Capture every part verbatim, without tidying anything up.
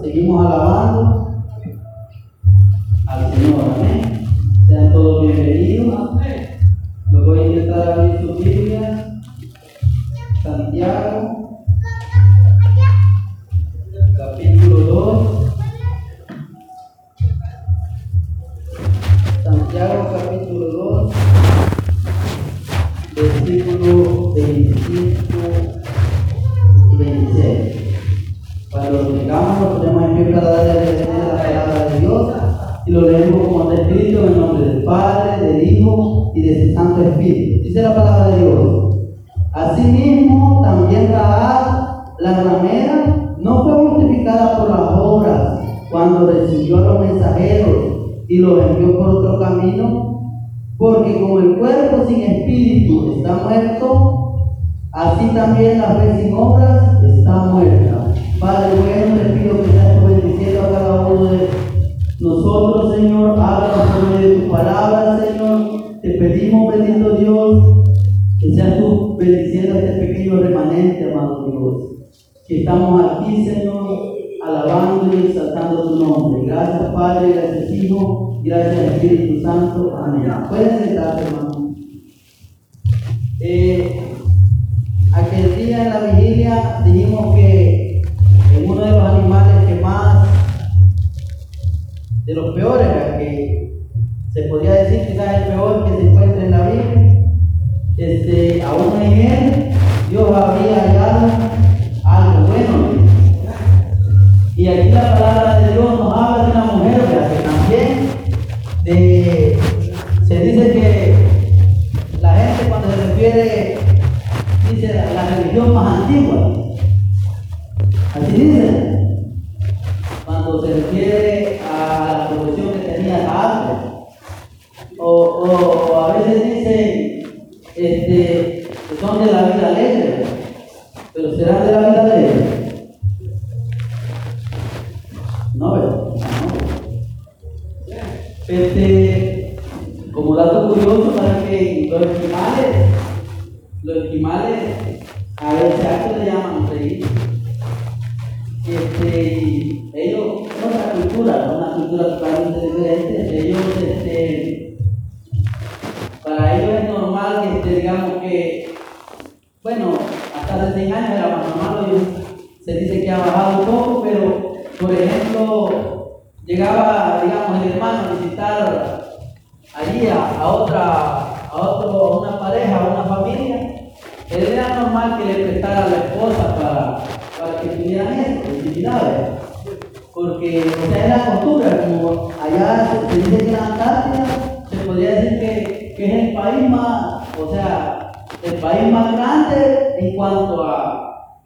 seguimos alabando al Señor, amén. Sean todos bienvenidos. Lo voy a intentar abrir su Biblia. Santiago, capítulo dos. Santiago, capítulo dos, versículo veinticinco y veintiséis. Cuando lo tengamos, lo ponemos en pie para darle a entender la palabra de Dios y lo leemos como está escrito en el nombre del Padre, del Hijo y de su Santo Espíritu. Dice la palabra de Dios: asimismo, también Rahab, la ramera, no fue justificada por las obras cuando recibió a los mensajeros y los envió por otro camino, porque como el cuerpo sin espíritu está muerto, así también la fe sin obras está muerta. Padre bueno, te pido que seas tú bendiciendo a cada uno de nosotros, Señor. Háblanos por medio de tu palabra, Señor. Te pedimos, bendito Dios, que seas tú bendiciendo a este pequeño remanente, amado Dios, que estamos aquí, Señor, alabando y exaltando tu nombre. Gracias, Padre, gracias, Hijo, gracias, Espíritu Santo. Amén. Pueden sentarse, hermano. Eh, aquel día en la vigilia dijimos que en uno de los animales que más, de los peores, que se podría decir que es el peor que se encuentra en la Biblia, este, aún en él Dios había hallado algo bueno. Y aquí la palabra de Dios nos habla de una mujer, ¿verdad? Que también de, se dice que la gente cuando se refiere, dice la, la religión más antigua, así dice, cuando se refiere a la profesión que tenía Rahab, o, o, o a veces dicen este, que son de la vida alegre, pero serán de la vida alegre. No, no. Este, como dato curioso, para que los esquimales, los esquimales a ese acto le llaman reír. Este, ellos, es otra cultura, una cultura totalmente diferente. Ellos, este, para ellos es normal que, este, digamos que, bueno, hasta hace seis años era más normal, ellos, se dice que ha bajado un poco, pero por ejemplo, llegaba, digamos, el hermano a visitar allí a, a otra, a otro, a una pareja, a una familia. Él era normal que le prestara a la esposa para, para que tuvieran eso, intimidades. Porque, o sea, es la costumbre, como allá se dice que en la Antártida se podría decir que, que es el país más, o sea, el país más grande en cuanto a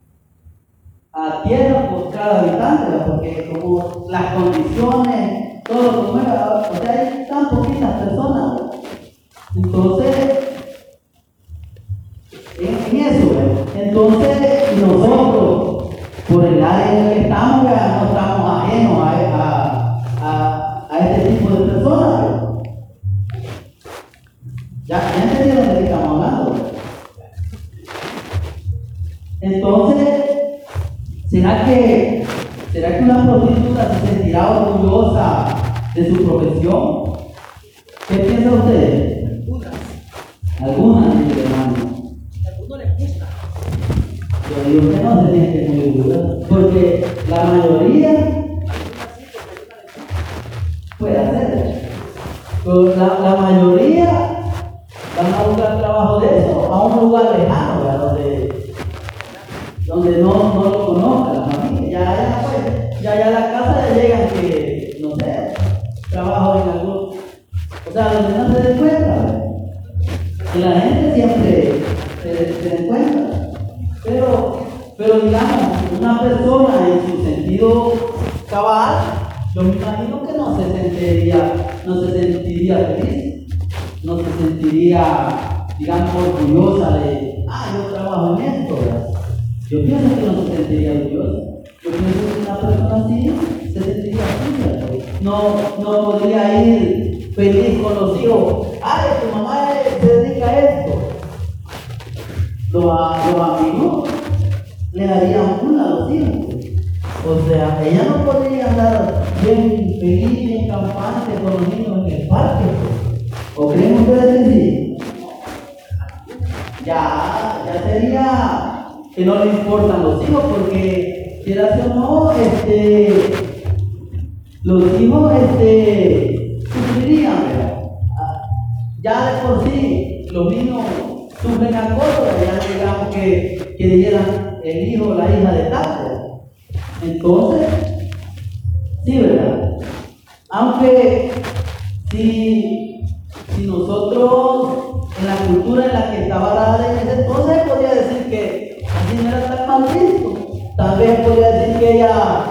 a tierra por cada habitante, porque como las condiciones, todo como era, o sea, hay tan poquitas personas. Entonces, en, en eso, entonces nosotros, por el área en el que estamos, no estamos ajenos a, a, a, a este tipo de personas. Ya, ya entendieron de qué estamos hablando. Entonces, ¿Será que, ¿Será que una prostituta se sentirá orgullosa de su profesión? ¿Qué piensa usted? Algunas. Algunas, mi hermano. A algunos les gusta. Yo digo que no se siente muy orgullosa, porque la mayoría puede hacerlo. Pero la, la mayoría van a buscar trabajo de eso a un lugar lejano, ¿verdad? Donde donde no, no lo conozca la familia. Ya, ya, pues, ya, ya a la casa ya llegan que, no sé, trabajo en algún, o sea, donde no se den cuenta, que la gente siempre se, se den cuenta, pero, pero digamos, una persona en su sentido cabal, yo me imagino que no se sentiría, no se sentiría feliz, no se sentiría, digamos, orgullosa de, ah, yo trabajo en esto, ¿verdad? Yo pienso que no se sentiría orgullosa. Yo pienso que una persona así se sentiría así. No, no podría ir feliz con los hijos. Ay, tu mamá se dedica a esto. Los, los amigos le darían una a los hijos. O sea, ella no podría andar bien feliz, bien campante con los niños en el parque, pues. ¿O creen ustedes que sí? Ya, ya sería que no le importan los hijos, porque quieras o no, este, los hijos este, sufrirían, ¿verdad? Ya de por sí los niños sufren acoso, ya no digamos que, que dijeran el hijo o la hija de tal. Entonces, sí, ¿verdad? Aunque si, si nosotros en la cultura en la que estaba dada en ese entonces podría decir que así no era tan mal visto. Tal vez podría decir que ella,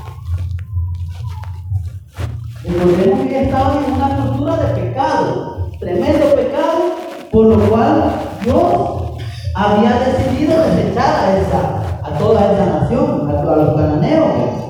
recordemos que ella estaba en una cultura de pecado, tremendo pecado, por lo cual Dios había decidido desechar a esa, a toda esa nación, a, a los cananeos.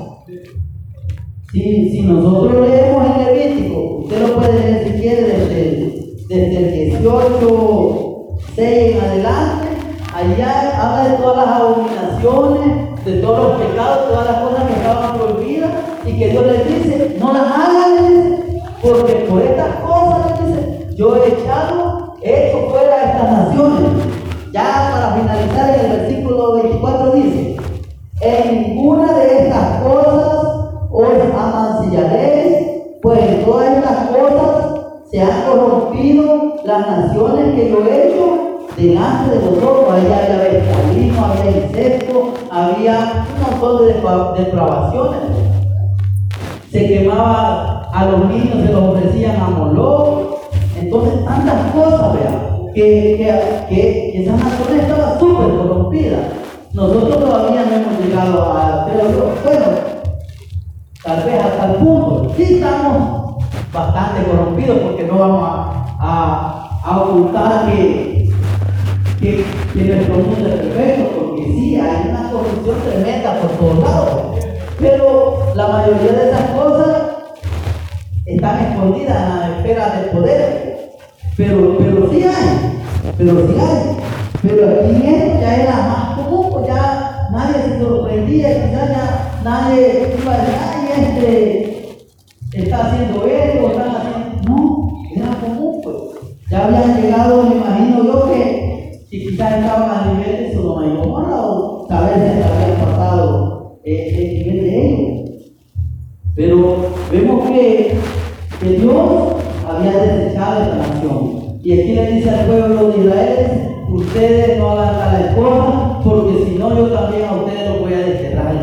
Si, si nosotros leemos en Levítico, usted lo puede leer si quiere desde, desde el dieciocho, seis en adelante, allá habla de todas las abominaciones, de todos los pecados, todas las cosas que estaban prohibidas, y que Dios les dice, no las hagan, les dice, porque por estas cosas, les dice, yo he echado, he hecho fuera a estas naciones. Ya para finalizar en el versículo veinticuatro dice, en ninguna de estas cosas os amancillaréis, pues en todas estas cosas se han corrompido las naciones que yo he hecho delante de vosotros. Allá había vestalino, había incesto, había un montón de depravaciones. Se quemaba a los niños, se los ofrecían a Moloch. Entonces, tantas cosas, vean. Que, que, que, que esa nación estaba súper corrompida. Nosotros todavía no hemos llegado a, pero bueno, tal vez hasta el punto, sí estamos bastante corrompidos, porque no vamos a, a, a ocultar que, que, que nuestro mundo es perfecto, porque sí, hay una corrupción tremenda por todos lados, pero la mayoría de esas cosas están escondidas en la esfera del poder. Pero, pero sí hay, pero sí hay. Pero aquí en esto ya era más común, pues ya nadie se sorprendía, quizás ya nadie iba a decir, ay, este está haciendo esto, están haciendo. No, era común, pues. Ya habían llegado, me imagino yo, que, que quizás estaban a nivel de Sodoma y Gomorra, o saber si habían pasado eh, el nivel de ellos. Pero vemos que, que Dios había desechado esta nación. Y aquí le dice al pueblo de Israel, ustedes no hagan tales cosas, porque si no yo también a ustedes los voy a desterrar.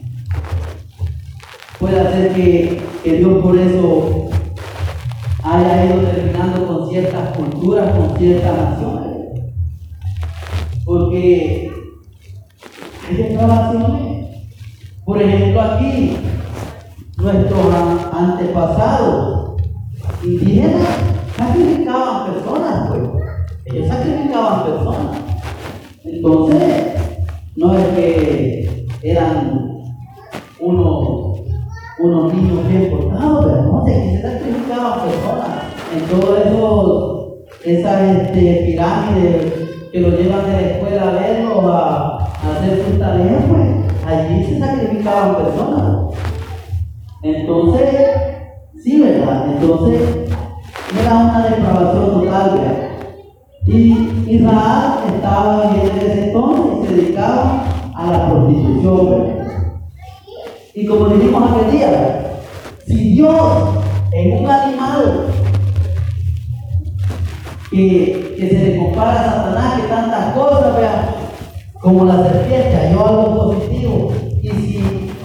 Puede ser que, que Dios por eso haya ido terminando con ciertas culturas, con ciertas naciones. Porque hay depravaciones. Por ejemplo, aquí, nuestros antepasados indígenas sacrificaban personas, pues. Ellos sacrificaban personas. Entonces, no es que eran unos, unos niños bien portados, pero no, de que se sacrificaban personas. En todo eso, esas este, pirámides que los llevan de la escuela a verlos, a, a hacer sus tareas, pues, allí se sacrificaban personas. Entonces, sí, ¿verdad? Entonces, era una depravación total, ¿verdad? Y Israel estaba en ese entonces y se dedicaba a la prostitución, ¿verdad? Y como dijimos aquel día, ¿verdad? Si Dios en un animal que, que se le compara a Satanás, que tantas cosas, ¿verdad? Como la serpiente, halló algo positivo, y si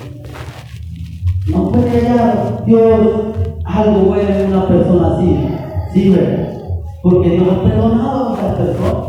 no puede hallar Dios algo bueno en una persona así, sí, ¿verdad? Porque Dios ha perdonado a muchas personas,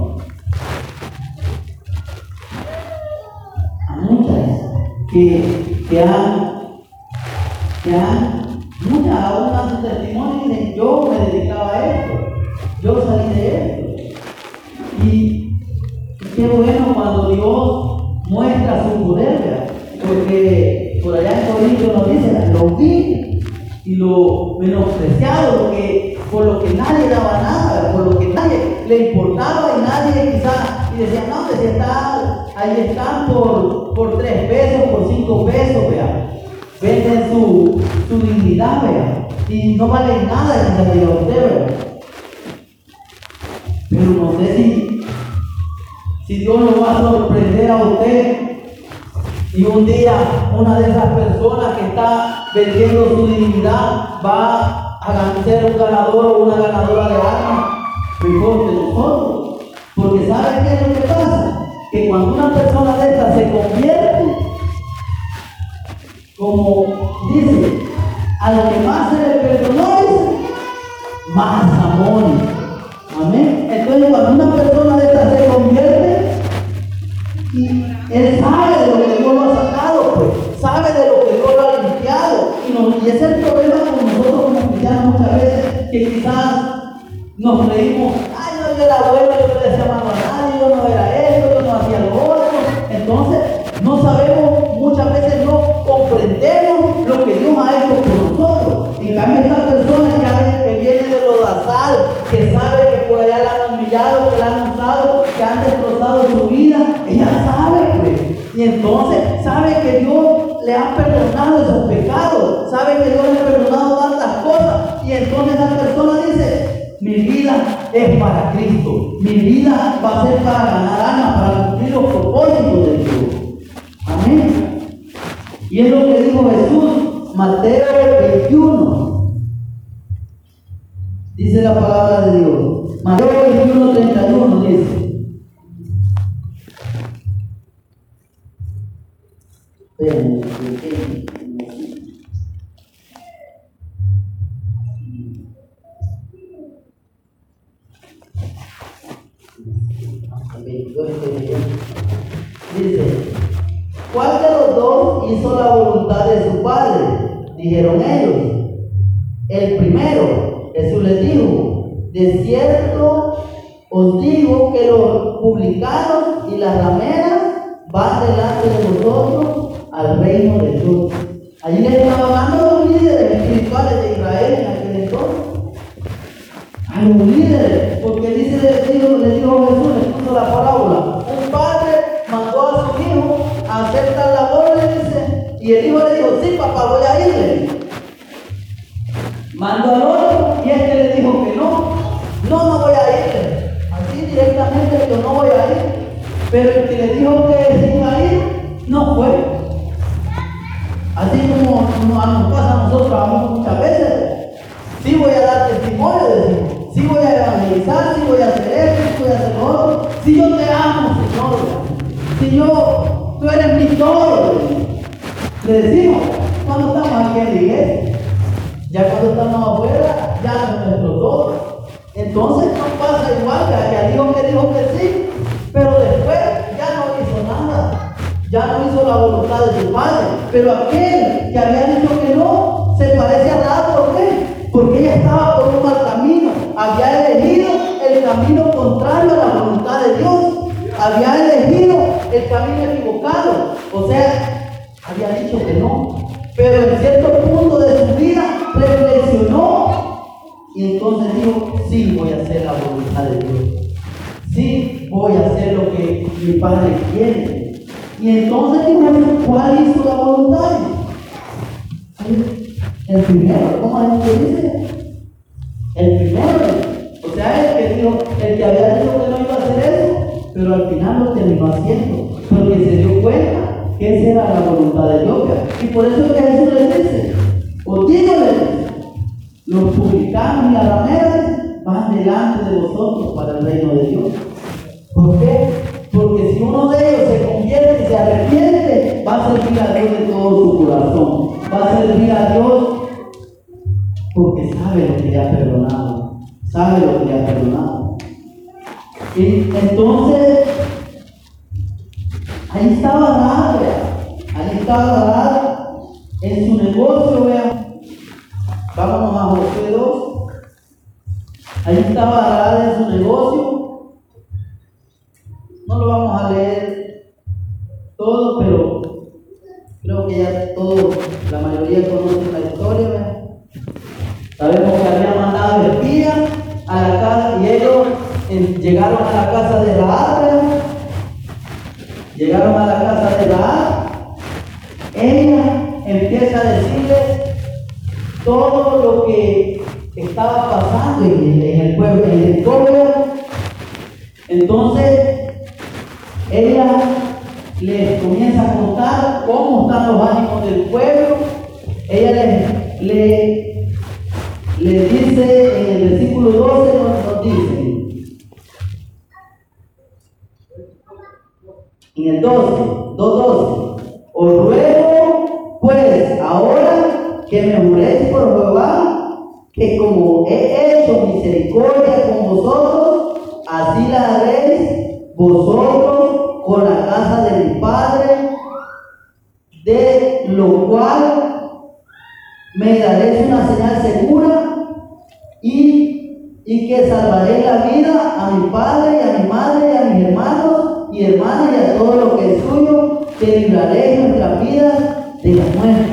a muchas que, que han, que han, muchas aún dan su testimonio y dicen, yo me dedicaba a esto, yo salí de esto. Y, y qué bueno cuando Dios muestra su poder, ¿verdad? Porque por allá en Corintios nos dice, lo vi y lo menospreciado, lo que, por lo que nadie daba nada, por lo que nadie le importaba y nadie quizás, y decía, no, que si está, ahí están por, por tres pesos, por cinco pesos, vea. venden su, su dignidad, vea, y no vale nada en esa vida usted, vea. Pero no sé si, si Dios lo va a sorprender a usted y un día una de esas personas que está vendiendo su dignidad va a ser un ganador o una ganadora de alma mejor que nosotros. Porque ¿sabe qué es lo que pasa? Que cuando una persona de esta se convierte, como dice, a lo que más se le perdonó, más amor. Amén. Entonces cuando una persona de esta se convierte, y él sabe de lo que Dios lo ha sacado, pues, sabe de lo que Dios lo ha limpiado. Y, no, y ese es el problema con nosotros como cristianos muchas veces, que quizás nos reímos, ay, no, yo era bueno, yo no le decía mano a nadie, yo no era esto, yo no hacía lo otro. Entonces, no sabemos, muchas veces no comprendemos lo que Dios ha hecho por nosotros. En cambio, estas personas que, que vienen de lo basal, que saben que por allá la han humillado, que la han usado, que han destrozado su vida, ella sabe, pues. Y entonces sabe que Dios le ha perdonado esos pecados, sabe que Dios le ha perdonado tantas cosas. Y entonces esa persona dice, mi vida es para Cristo, mi vida va a ser para ganar almas, para cumplir los propósitos de Dios. Amén. Y es lo que dijo Jesús, Mateo veintiuno. Dice la palabra de Dios. Mateo veintiuno, treinta y uno dice. Ven, ven, ven. Dice, ¿cuál de los dos hizo la voluntad de su padre? Dijeron ellos. El primero. Jesús les dijo, de cierto os digo que los publicanos y las rameras van delante de vosotros al reino de Dios. Allí les estaba hablando a los líderes espirituales de Israel en aquel entonces. A los líderes, porque dice, les dijo, les dijo Jesús, les puso la parábola. Un padre mandó a su hijo a hacer tal labor, le dice, y el hijo le dijo, sí, papá, voy a irle. Mandó al otro y este le dijo que no, no, no voy a ir. Así directamente yo no voy a ir. Pero el que le dijo que sí iba a ir, no fue. Así como nos pasa a nosotros muchas veces. Sí voy a dar testimonio, decimos. Sí voy a evangelizar, sí voy a hacer esto, sí voy a hacer lo otro. Si yo te amo, Señor. Si yo, tú eres mi todo. Le decimos, cuando estamos aquí en la iglesia. Ya cuando estamos afuera, ya no es nuestro todo. Entonces no pasa igual que aquel dijo que dijo que sí, pero después ya no hizo nada. Ya no hizo la voluntad de su padre. Pero aquel que había dicho que no, se parece a Rahab. ¿Por qué? Porque ella estaba por un mal camino. Había elegido el camino contrario a la voluntad de Dios. Había elegido el camino equivocado. O sea, había dicho que no. Pero en cierto punto de su vida reflexionó y entonces dijo, sí voy a hacer la voluntad de Dios. Sí voy a hacer lo que mi padre quiere. Y entonces dijo, ¿cuál hizo la voluntad? ¿Sí? El primero, ¿cómo es que dice? El primero. O sea, el que dijo, el que había dicho que no iba a hacer eso, pero al final lo terminó haciendo. Porque se dio cuenta que esa era la voluntad de Dios. Y por eso que Jesús les dice, os digo, los publicanos y las rameras van delante de vosotros para el reino de Dios. ¿Por qué? Porque si uno de ellos se convierte y se arrepiente, va a servir a Dios de todo su corazón. Va a servir a Dios porque sabe lo que le ha perdonado. Sabe lo que le ha perdonado. Y entonces, ahí estaba Rahab, ahí estaba Rahab en su negocio, vean. Vámonos a Josué dos. Ahí estaba Rahab en su negocio. No lo vamos a leer todo, pero creo que ya todos, la mayoría conocen la historia, vean. Sabemos que había mandado espías a la casa y ellos eh, llegaron a la casa de Rahab, vean. Llegaron a la casa de Rahab. Ella empieza a decirles todo lo que estaba pasando en el, en el pueblo, en el pueblo. Entonces, ella les comienza a contar cómo están los ánimos del pueblo. Ella les, les, les dice en el versículo doce, nos, nos dice, en el doce, dos doce, os ruego pues ahora que me juréis por Jehová, que como he hecho misericordia con vosotros, así la haréis vosotros con la casa de mi padre, de lo cual me daréis una señal segura y, y que salvaré la vida a mi padre y a mi madre y a mis hermanos y hermanas y a todo lo que es suyo, que libraré nuestra vida de la muerte.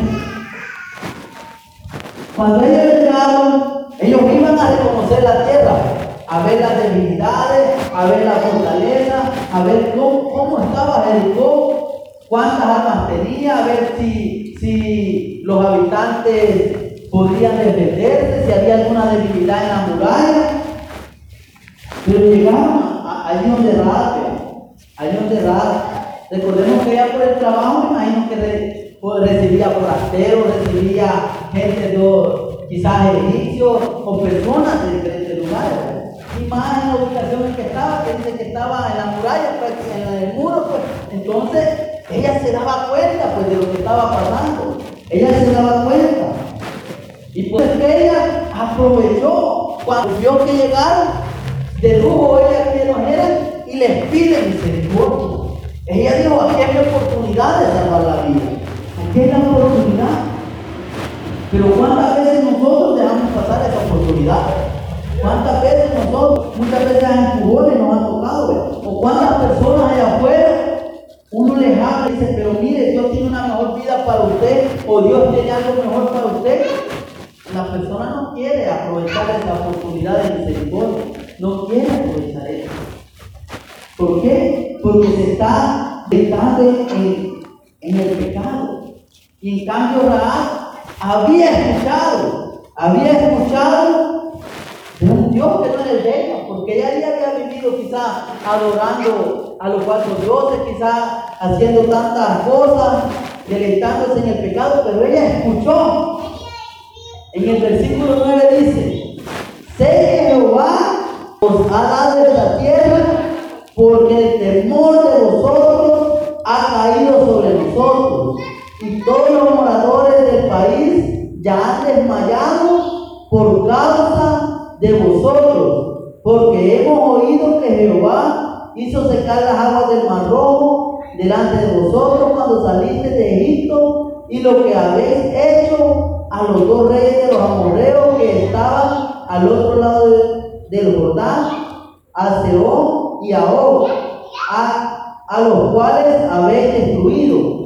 Cuando ellos llegaron, ellos iban a reconocer la tierra, a ver las debilidades, a ver la fortaleza, a ver cómo, cómo estaba Jericó, cuántas armas tenía, a ver si, si los habitantes podían defenderse, si había alguna debilidad en la muralla. Pero llegaron allí donde Rahab, allí donde Rahab. Recordemos que ella por el trabajo, me imagino que re, recibía forasteros, recibía gente de quizás egipcios o personas de diferentes lugares. Y más en la ubicación en que estaba, que dice que estaba en la muralla, pues, en el muro, pues. Entonces, ella se daba cuenta, pues, de lo que estaba pasando. Ella se daba cuenta. Y pues que ella aprovechó cuando vio que llegaron, dedujo ella quiénes eran y les pide misericordia. Ella dijo, aquí hay oportunidad de salvar la vida. Aquí hay la oportunidad. Pero ¿cuántas veces nosotros dejamos pasar esa oportunidad? ¿Cuántas veces nosotros, muchas veces a empujones nos han tocado? ¿Ve? ¿O cuántas personas allá afuera uno les habla y dice, pero mire, Dios tiene una mejor vida para usted, o Dios tiene algo mejor para usted? La persona no quiere aprovechar esa oportunidad de misericordia, no quiere aprovechar eso. ¿Por qué? Porque se está dejando en, en el pecado. Y en cambio Rahab había escuchado, había escuchado de un Dios que no era el de ella, porque ella ya había vivido quizás adorando a los falsos dioses, quizás haciendo tantas cosas, deleitándose en el pecado, pero ella escuchó. En el versículo nueve dice, sé que Jehová os ha dado esta tierra, porque el temor de vosotros ha caído sobre nosotros, y todos los moradores del país ya han desmayado por causa de vosotros, porque hemos oído que Jehová hizo secar las aguas del Mar Rojo delante de vosotros cuando saliste de Egipto, y lo que habéis hecho a los dos reyes de los amorreos que estaban al otro lado de, del Jordán, a Sehón y a Og, a, a los cuales habéis destruido.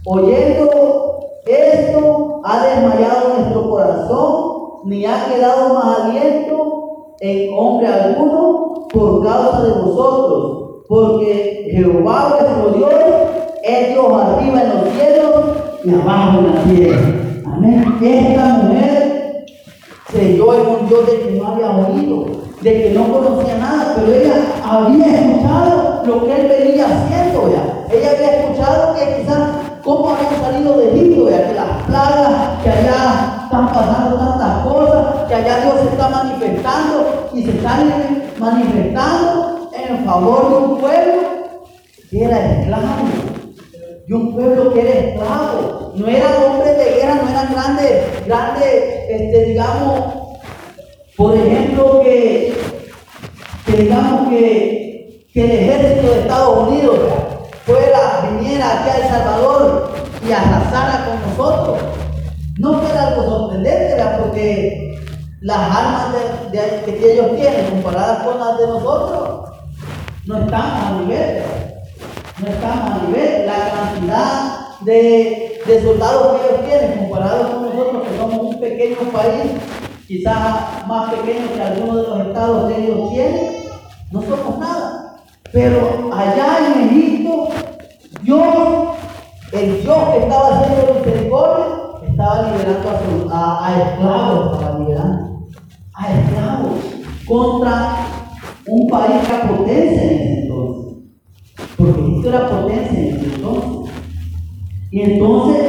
Oyendo esto, ha desmayado nuestro corazón, ni ha quedado más aliento en hombre alguno por causa de vosotros, porque Jehová vuestro Dios es Dios arriba en los cielos y abajo en la tierra. Amén. Esta mujer creyó en un Dios de que no había oído, de que no conocía nada, pero ella había escuchado lo que él venía haciendo ya. Ella había escuchado que quizás cómo habían salido de Egipto, ya que las plagas, que allá están pasando tantas cosas, que allá Dios se está manifestando y se está manifestando en favor de un pueblo que era esclavo, de un pueblo que era esclavo. No eran hombres de guerra, no eran grandes, grandes, este, digamos, por ejemplo, que, que digamos que, que el ejército de Estados Unidos fuera, viniera aquí a El Salvador y arrasara con nosotros. No fuera algo sorprendente, ¿verdad? Porque las armas de, de, que ellos tienen comparadas con las de nosotros no estamos a nivel, ¿verdad? No estamos a nivel. La cantidad de, de soldados que ellos tienen comparados con nosotros, que somos un pequeño país, quizás más pequeño que algunos de los estados que ellos tienen, no somos nada. Pero allá en Egipto, Dios, el Dios que estaba haciendo misericordia, estaba liberando a, su, a, a esclavos, estaba liberando a esclavos contra un país que era potencia en ese entonces, porque Egipto era potencia en ese entonces. Y entonces,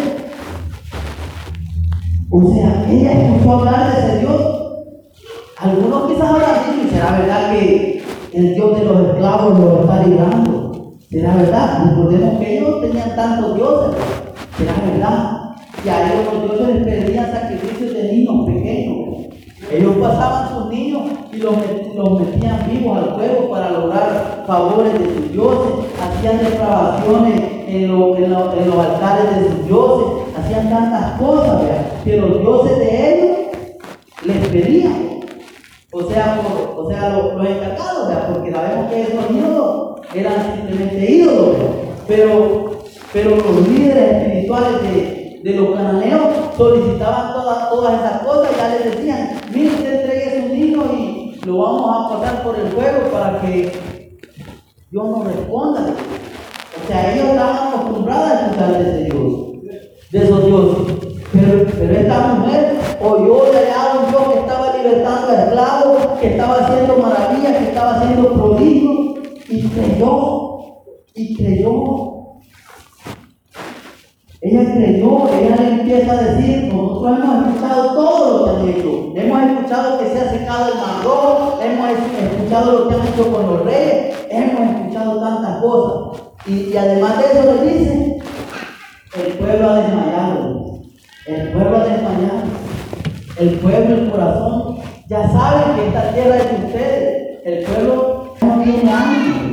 o sea, ella escuchó hablar de ese Dios. Algunos quizás habrán dicho, y será verdad que el Dios de los esclavos los está librando. Será verdad, recordemos que ellos tenían tantos dioses. Será verdad. Y a ellos los dioses les pedían sacrificios de niños pequeños. Ellos pasaban sus niños y los, los metían vivos al fuego para lograr favores de sus dioses. Hacían depravaciones en, lo, en, lo, en los altares de sus dioses. Hacían tantas cosas, ¿verdad?, que los dioses de ellos les pedían. O sea, por, o sea los, los encargados, ¿verdad?, porque sabemos que esos ídolos eran simplemente ídolos, ¿verdad?, pero, pero los líderes espirituales de, de los cananeos solicitaban todas, todas esas cosas. Ya les decían: mire, usted entregue su niño y lo vamos a pasar por el fuego para que Dios nos responda. O sea, ellos estaban acostumbrados a escuchar de ese Dios, de esos dioses. Pero, pero esta mujer oyó de allá un Dios que estaba libertando a esclavos, que estaba haciendo maravillas, que estaba haciendo prodigios, y creyó, y creyó. Ella creyó, ella le empieza a decir: nosotros hemos escuchado todo lo que han hecho. Hemos escuchado que se ha secado el mar rojo, hemos escuchado lo que han hecho con los reyes, hemos escuchado tantas cosas. Y, y además de eso le dice: el pueblo ha desmayado. El pueblo ha desmayado. El pueblo, el corazón, ya saben que esta tierra es de ustedes. El pueblo no tiene ánimo.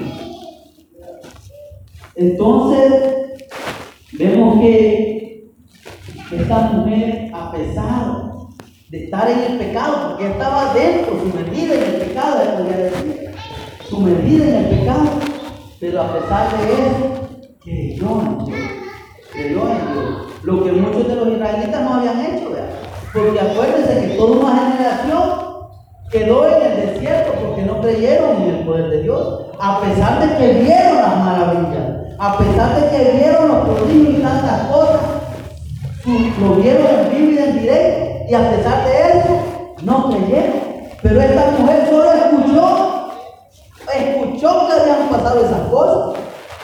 Entonces, vemos que esta mujer, a pesar de estar en el pecado, porque estaba dentro, sumergida en el pecado, le podría decir, sumergida en el pecado, pero a pesar de eso, creyó en Dios, creyó en Dios. Lo que muchos de los israelitas no habían hecho, ¿verdad? Porque acuérdense que toda una generación quedó en el desierto porque no creyeron en el poder de Dios, a pesar de que vieron las maravillas, a pesar de que vieron los prodigios y tantas cosas, lo vieron en vivo y en directo, y a pesar de eso, no creyeron. Pero esta mujer solo escuchó, escuchó que habían pasado esas cosas.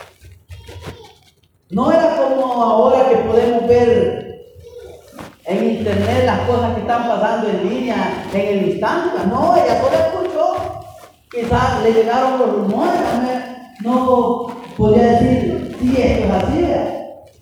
No era como ahora que podemos ver en internet las cosas que están pasando en línea en el instante. No, ella solo escuchó. Quizás le llegaron los rumores. No podría decir: sí, esto es así, ¿verdad?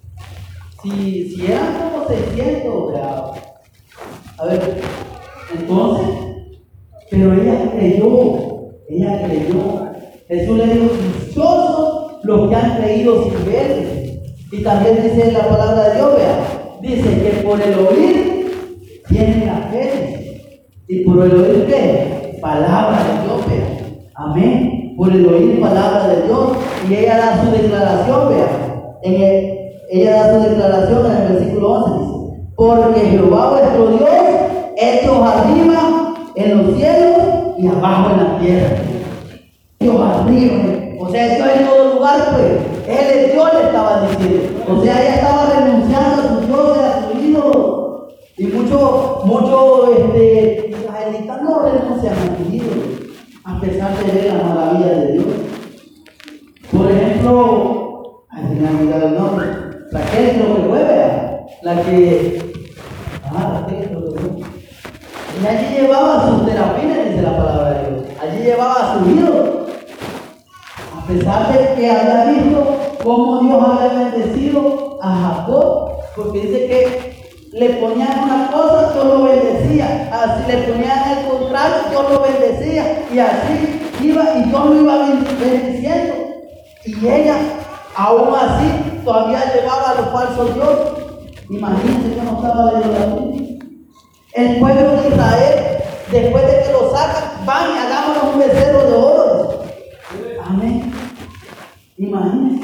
Si, si eran como seiscientos, ¿verdad? A ver, entonces, pero ella creyó, ella creyó. Jesús le dijo: dichosos los que han creído sin ver. Y también dice la palabra de Dios, vea, dice que por el oír tienen la fe. Y por el oír, ¿qué? Palabra de Dios, vea. Amén. Por el oír palabra de Dios. Y ella da su declaración, vea. En el, ella da su declaración en el versículo once, dice: porque Jehová vuestro Dios, hecho arriba en los cielos y abajo en la tierra. Dios arriba, o sea, esto en todo lugar, pues. Él es Dios, le estaba diciendo. O sea, ella estaba renunciando a sus dioses, a sus ídolos. Y muchos, muchos este, israelitas no renuncian a sus ídolos, a pesar de ver las maravillas de Dios. Por ejemplo, ay, se me ha olvidado el nombre. Raquel creo que fue, ¿verdad? La que. Ah, Raquel creo que fue. Y allí llevaba sus terapines, dice la palabra de Dios. Allí llevaba sus ídolos. A pesar de que había visto cómo Dios había bendecido a Jacob, porque dice que le ponían una cosa, Dios lo bendecía, así le ponían el contrario, Dios lo bendecía, y así iba, y Dios lo iba bendiciendo. Y ella, aún así, todavía llevaba a los falsos dioses. Imagínense que no estaba leyendo la Biblia. El pueblo de Israel, después de que lo sacan, van y hagámonos un becerro de oro. Amén. Imagínense.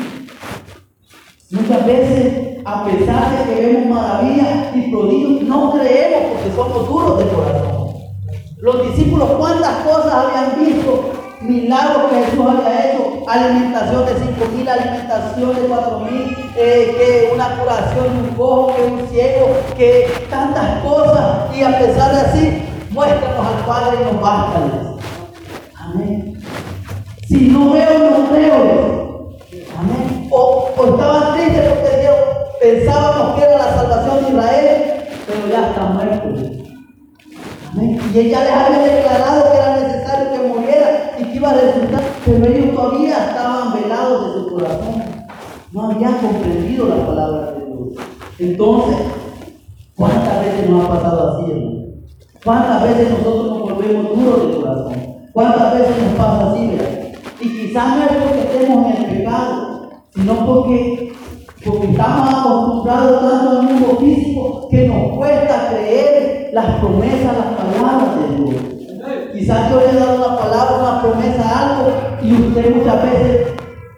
Muchas veces, a pesar de que vemos maravillas y prodigios, no creemos porque somos duros de corazón. Los discípulos, cuántas cosas habían visto, milagros que Jesús había hecho, alimentación de cinco mil, alimentación de cuatro mil, eh, que una curación de un cojo, que un ciego, que tantas cosas, y a pesar de así, muéstranos al Padre y nos basta. Amén. Si no veo, no veo. Amén. O, o estaban tristes porque Dios, pensábamos que era la salvación de Israel, pero ya está muerto. Amén. Y ella les había declarado que era necesario que muriera y que iba a resucitar, pero ellos todavía estaban velados de su corazón. No habían comprendido la palabra de Dios. Entonces, ¿cuántas veces nos ha pasado así, hermano? ¿Cuántas veces nosotros nos volvemos duros de corazón? ¿Cuántas veces nos pasa así, verdad? Y quizás no es porque estemos en el pecado, sino porque, porque estamos acostumbrados tanto al mundo físico que nos cuesta creer las promesas, las palabras de Dios. Quizás yo le he dado una palabra, una promesa, algo, y usted muchas veces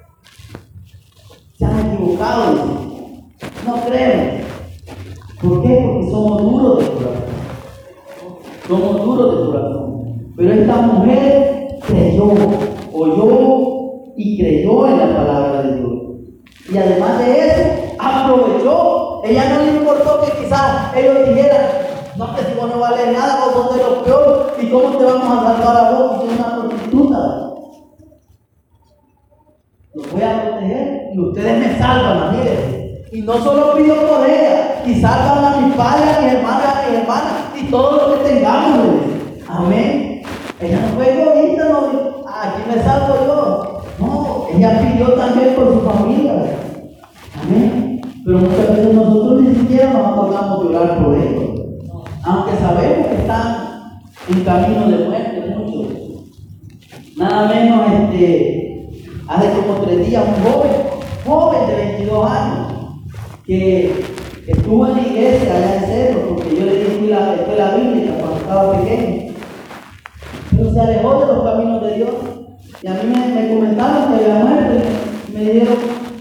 se han equivocado. No creemos. ¿Por qué? Porque somos duros de corazón. Somos duros de corazón. Pero esta mujer creyó, oyó y creyó en la palabra de Dios. Y además de eso, aprovechó. Ella no le importó que quizás ellos dijeran: no, que si vos no vales nada, vos sos de los peores, ¿y cómo te vamos a salvar a vos si sos una prostituta? Los voy a proteger y ustedes me salvan a mí. Y no solo pido por ella, y salvan a mis padres, a mis hermanas, a mis hermanas, y todo lo que tengamos. Amén. Ella no fue egoísta, no dijo: aquí me salvo yo. No, ella pidió también por su familia. Amén. Pero muchas veces nosotros ni siquiera nos acordamos de orar por ellos. Aunque sabemos que están en camino de muerte muchos. Nada menos, este, hace como tres días, un joven, joven de veintidós años, que estuvo en la iglesia allá en Cerro, porque yo le dije la escuela bíblica cuando estaba pequeño, pero se alejó de los caminos de Dios. Y a mí me, me comentaron que había muerto, y me dijeron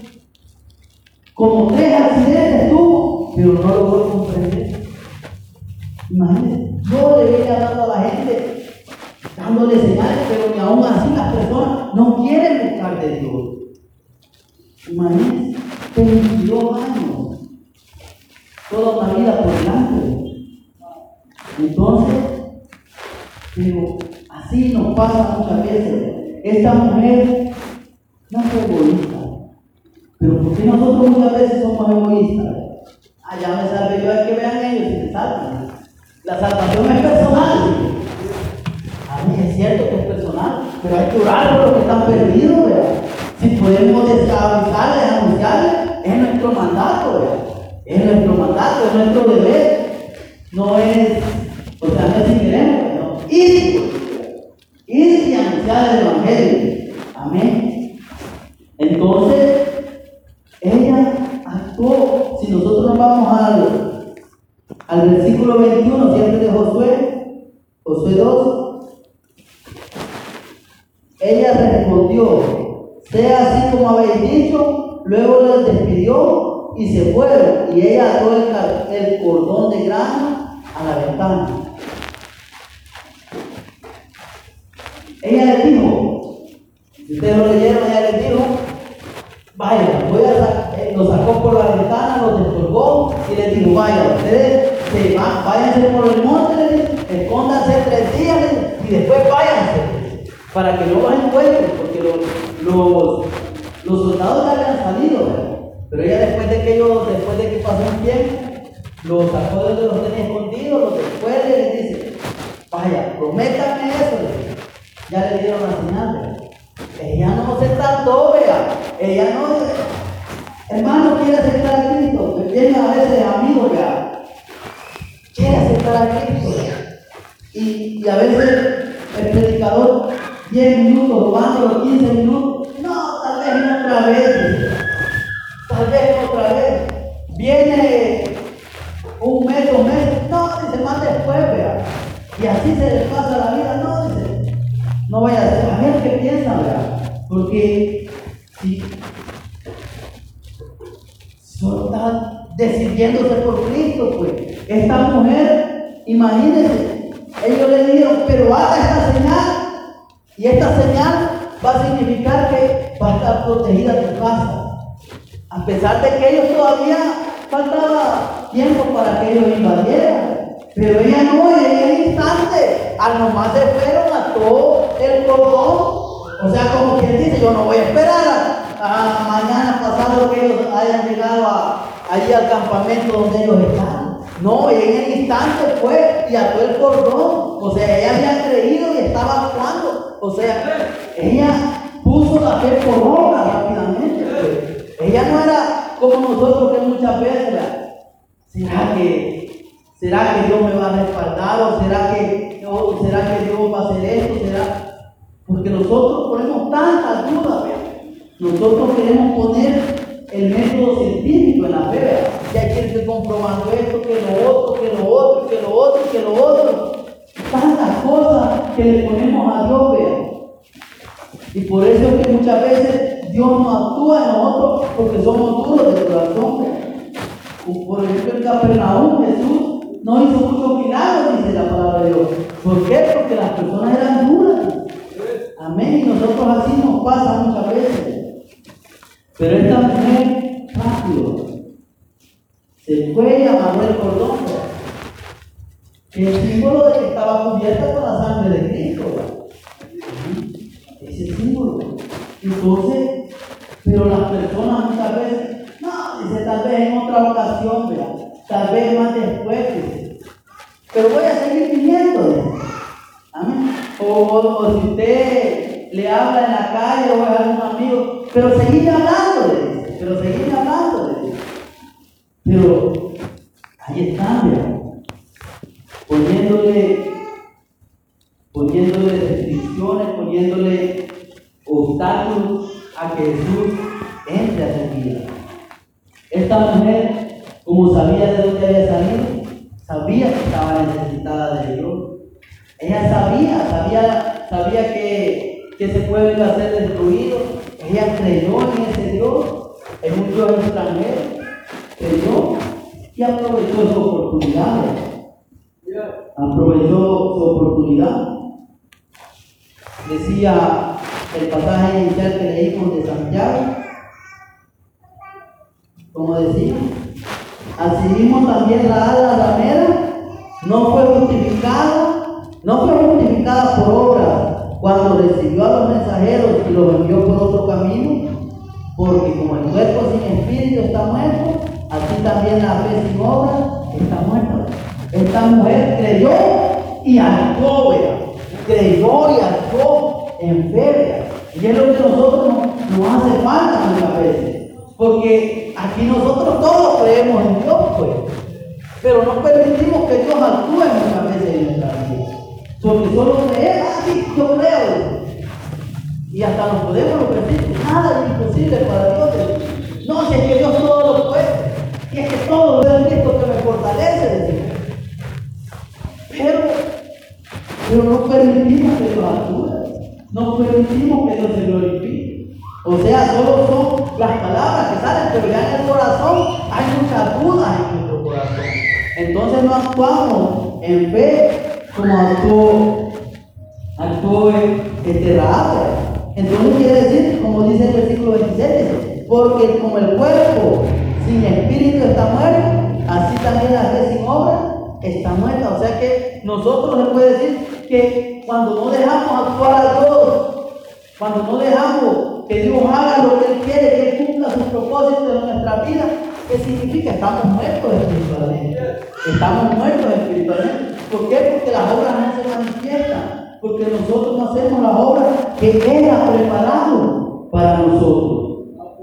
como tres accidentes tuvo, pero no logró comprender. Imagínense, yo le venía dando a la gente, dándole señales, pero que aún así las personas no quieren buscar de Dios. Imagínense, veintidós años, toda una vida por delante. Entonces, pero así nos pasa muchas veces. Esta mujer no fue egoísta, pero ¿por qué nosotros muchas veces somos egoístas? Allá me salve yo, hay que vean ellos y se salvan. La salvación es personal. A mí es cierto que es personal, pero hay que orar por los que están perdidos, ¿verdad? Si podemos avisarles, anunciarles, es nuestro mandato, ¿verdad? Es nuestro mandato, es nuestro deber. No es, o sea, no es si queremos, no. Ir, ir y anunciar el evangelio. Amén. Entonces, ella actuó. Si nosotros nos vamos al, al versículo veintiuno, siempre de Josué, Josué dos, ella respondió: sea así como habéis dicho. Luego les despidió y se fueron, y ella ató el, el cordón de grano a la ventana. Ella les dijo, si ustedes lo leyeron, ella les dijo: vaya, voy a sacar, eh, lo sacó por la ventana, lo descolgó y les dijo: vaya, ustedes se van, váyanse por el monte, escóndanse tres días y después váyanse, para que no los encuentren, porque los, los, los soldados ya habían salido, ¿verdad? Pero ella, después de que ellos, después de que pasó un tiempo, los sacó de donde los tenía escondidos, los descuelga y les dice: vaya, prométanme eso. Ya le dieron la señal, ¿verdad? Ella no se tardó, vea. Ella no, hermano, quiere aceptar a Cristo. Me viene a veces amigo, vea. Quiere aceptar a Cristo, vea. Y, y a veces el predicador, diez minutos, robando quince minutos. No, tal vez no otra vez. Tal vez otra vez. Viene un mes, dos meses. No, dice, más después, vea. Y así se les pasa la vida. No, dice. No vaya a ser, a ver qué piensan, ¿verdad? Porque si solo está decidiéndose por Cristo, pues esta mujer, imagínense, ellos le dijeron: pero haga esta señal, y esta señal va a significar que va a estar protegida tu casa. A pesar de que ellos todavía faltaba tiempo para que ellos invadieran. Pero ella no, en el instante, al nomás se fueron a todo el cordón. O sea, como quien dice, yo no voy a esperar a, a mañana pasado que ellos hayan llegado a, allí al campamento donde ellos están. No, ella en el instante fue y ató el cordón. O sea, ella había creído y estaba actuando. O sea, ella puso la fe por obra rápidamente. Pues. Ella no era como nosotros que muchas veces, ¿será que, será que Dios me va a respaldar? ¿O será que, o será que Dios va a hacer esto? ¿Será? Porque nosotros ponemos tantas dudas, ¿verdad? Nosotros queremos poner el método científico en la fe, ¿verdad? Que hay que ir comprobando esto, que lo otro, que lo otro, que lo otro, que lo otro. Tantas cosas que le ponemos a Dios, ¿verdad? Y por eso es que muchas veces Dios no actúa en nosotros porque somos duros de corazón. Por ejemplo, en Capernaum Jesús no hizo muchos milagros, dice la palabra de Dios. ¿Por qué? Porque las personas eran duras. Amén. Y nosotros así nos pasa muchas veces. Pero esta mujer rápido se fue y amarró el cordón. El símbolo de que estaba cubierta con la sangre de Cristo. Ese símbolo. Entonces, pero las personas muchas veces, no, dice, tal vez en otra ocasión, ¿verdad? Tal vez más después, dice, pero voy a seguir viniendo, dice. Amén. O, o, o si usted le habla en la calle o es algún amigo, pero seguir hablando, dice, pero seguir hablando, dice. Pero ahí están, ¿verdad? Poniéndole, poniéndole restricciones, poniéndole obstáculos a que Jesús entre a su vida. Esta mujer, como sabía de dónde había salido, sabía que estaba necesitada de Dios. Ella sabía, sabía, sabía que, que ese pueblo iba a ser destruido. Ella creyó en ese Dios, en un Dios extranjero, creyó y aprovechó su oportunidad. Aprovechó su oportunidad. Decía el pasaje inicial que leímos de Santiago, como decía, asimismo también la ala ramera no fue justificada, no fue justificada por obras cuando recibió a los mensajeros y los envió por otro camino, porque como el cuerpo sin espíritu está muerto, así también la fe sin obras está muerta. Esta mujer creyó y actuó, ¿verdad? Creyó y actuó en fe, ¿verdad? Y es lo que a nosotros nos, nos hace falta muchas veces. Porque aquí nosotros todos creemos en Dios, pues. Pero no permitimos que Dios actúe muchas veces en nuestra vida. Porque solo creemos, ah, sí, yo creo. Y hasta nos podemos repetir, nada es imposible para Dios. No, si es que Dios todo lo puede. Y es que todo lo es Cristo que me fortalece, decimos. Pero, pero no permitimos que Dios actúe. No permitimos que Dios se glorifique. O sea, solo son las palabras que salen, pero ya en el corazón hay muchas dudas en nuestro corazón. Entonces no actuamos en fe como actuó, actuó este Rahab. Entonces quiere decir, como dice el versículo veintisiete, porque como el cuerpo sin espíritu está muerto, así también la fe sin obra está muerta. O sea que nosotros le puede decir que cuando no dejamos actuar a Dios, cuando no dejamos que Dios haga lo que Él quiere, que Él cumpla sus propósitos en nuestra vida, ¿qué significa? Estamos muertos espiritualmente. Estamos muertos espiritualmente. ¿Por qué? Porque las obras no se manifiestan. Porque nosotros no hacemos las obras que Él ha preparado para nosotros.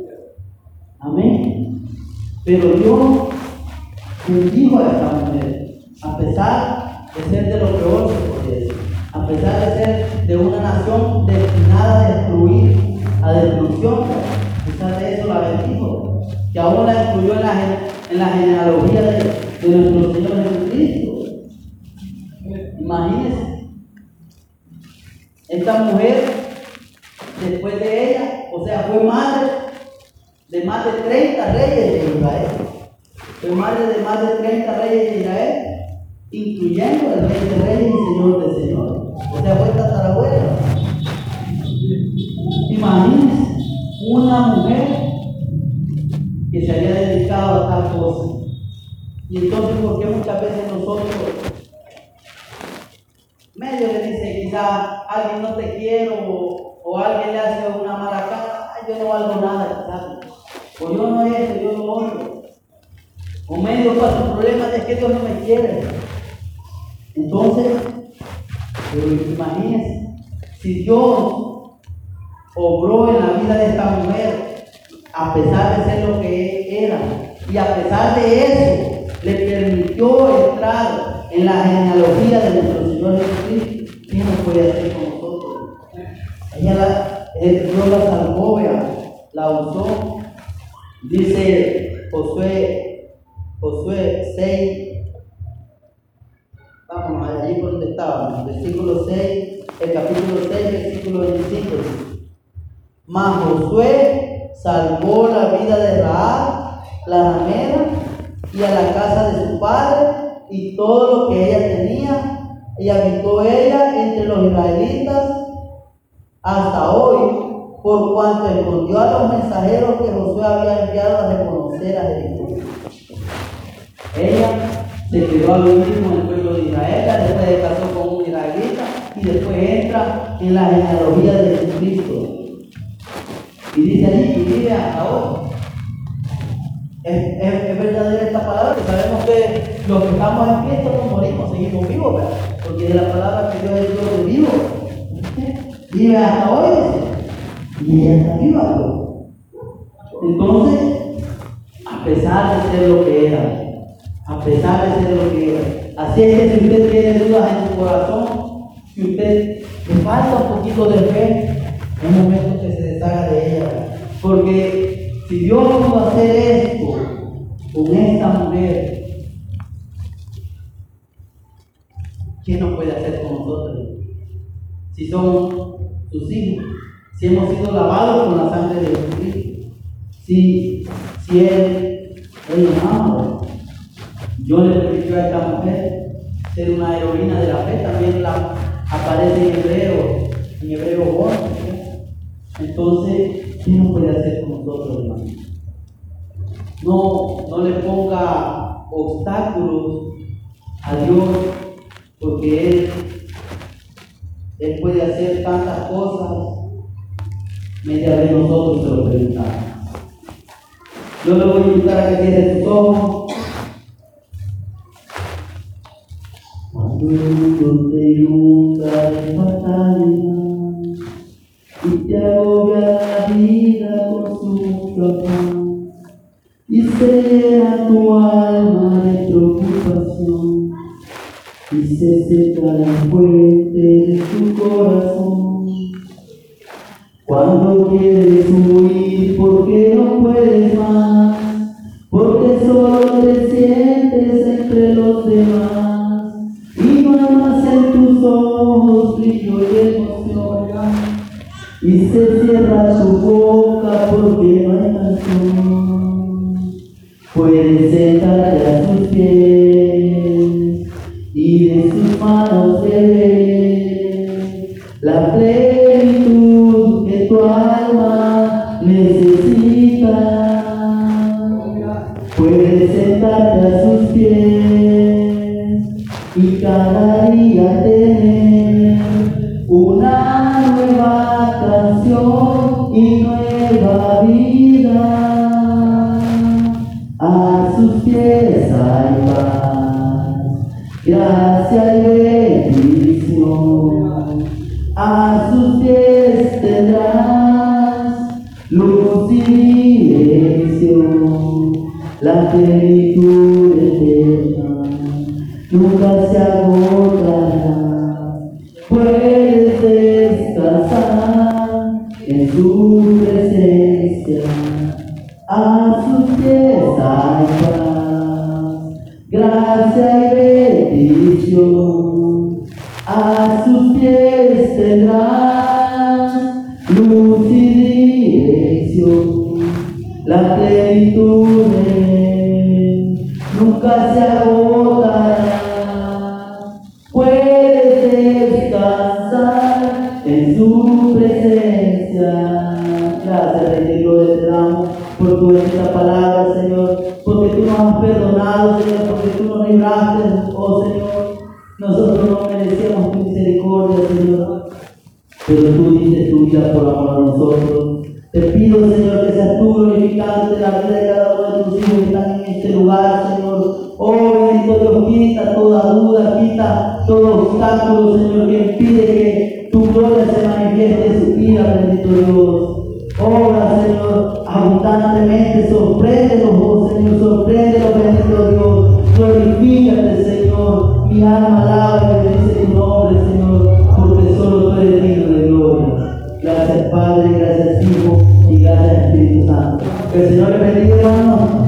Amén. Pero Dios bendijo a esta mujer, a pesar de ser de lo peor, se podría decir, a pesar de ser de una nación destinada a destruir, a destrucción, a pesar de eso la bendijo, que aún la incluyó en la, en la genealogía de, de nuestro Señor Jesucristo. Imagínense, esta mujer, después de ella, o sea, fue madre de más de treinta reyes de Israel. Fue madre de más de treinta reyes de Israel, incluyendo el rey de reyes y señor de señores. O sea, fue tatarabuela. Imagínense una mujer que se había dedicado a tal cosa. Y entonces, ¿por qué muchas veces nosotros, medio le dice, quizá alguien no te quiere o, o alguien le hace una mala cara, "Ay, yo no valgo nada, quizás, o yo no esto, yo lo otro", o medio para su problema de que Dios no me quiere? Entonces, pero imagínense, si Dios obró en la vida de esta mujer, a pesar de ser lo que era, y a pesar de eso, le permitió entrar en la genealogía de nuestro Señor Jesucristo, ¿qué no puede hacer con nosotros? Ella la, eh, Dios la salvó, vea, la usó. Dice Josué, Josué seis, vamos allí por donde estábamos, versículo seis, el capítulo seis, versículo veinticinco. Mas Josué salvó la vida de Rahab, la ramera, y a la casa de su padre, y todo lo que ella tenía, y habitó ella entre los israelitas hasta hoy, por cuanto escondió a los mensajeros que Josué había enviado a reconocer a Jericó. Ella se quedó a vivir con el pueblo de Israel, después se casó con un israelita, y después entra en la genealogía de Jesucristo. Y dice allí, y vive hasta hoy. Es, es, es verdadera esta palabra, que sabemos que los que estamos en Cristo no morimos, seguimos vivos, ¿verdad? Porque de la palabra que Dios es Dios de vivo. Vive hasta hoy, y ella está viva. Entonces, a pesar de ser lo que era, a pesar de ser lo que era, así es que si usted tiene dudas en su corazón, si usted le falta un poquito de fe, es momento que se deshaga de ella, porque si Dios pudo hacer esto con esta mujer, ¿qué no puede hacer con nosotros? Si somos sus hijos, si hemos sido lavados con la sangre de Jesucristo, si, si Él, Él nos ama. Yo le permitió a esta mujer ser una heroína de la fe, también la aparece en Hebreo, en Hebreo once. Entonces, ¿qué no puede hacer con nosotros, hermano? No, no le ponga obstáculos a Dios, porque Él, Él puede hacer tantas cosas mediante nosotros se lo permitamos. Yo le voy a invitar a que cierre sus ojos. Cuando el mundo te inunda de batalla y te agobia la vida con su mucho afán, y se llena tu alma de preocupación, y se seca la fuente de tu corazón. Cuando quieres huir porque no puedes más, porque solo te sientes entre los demás, y no hay más en tus ojos brillo y emoción, y se cierra tu boca porque no hay canción. Puedes sentarte a sus pies y de sus manos beber la plenitud que tu alma necesita. Puedes sentarte a sus pies y cada día tener una nueva canción y nueva vida. A sus pies hay paz, gracia y bendición. A sus pies tendrás luz y dirección. La plenitud eterna nunca se agotará. Puedes descansar en su presencia. A sus pies hay paz, gracia y bendición. A sus pies tendrás luz y dirección. La plenitud nunca se agotará. Puedes descansar en su presencia. esta palabra, Señor, porque tú nos has perdonado, Señor, porque tú nos libraste, oh Señor. Nosotros no merecíamos tu misericordia, Señor, pero tú diste tu vida por amor a nosotros. Te pido, Señor, que seas tú glorificándote en la vida de cada uno de tus hijos que están en este lugar, Señor. Oh, bendito Dios, quita toda duda, quita todo obstáculo, Señor, que impide que tu gloria se manifieste en su vida, bendito Dios. Obra, Señor, abundantemente, sorpréndenos, oh Señor, sorpréndenos, bendito Dios. Glorifícate, Señor. Mi alma alaba y bendice tu nombre, Señor, porque solo tú eres digno de gloria. Gracias, Padre, gracias, Hijo, y gracias, Espíritu Santo. Que el Señor le bendiga, hermanos.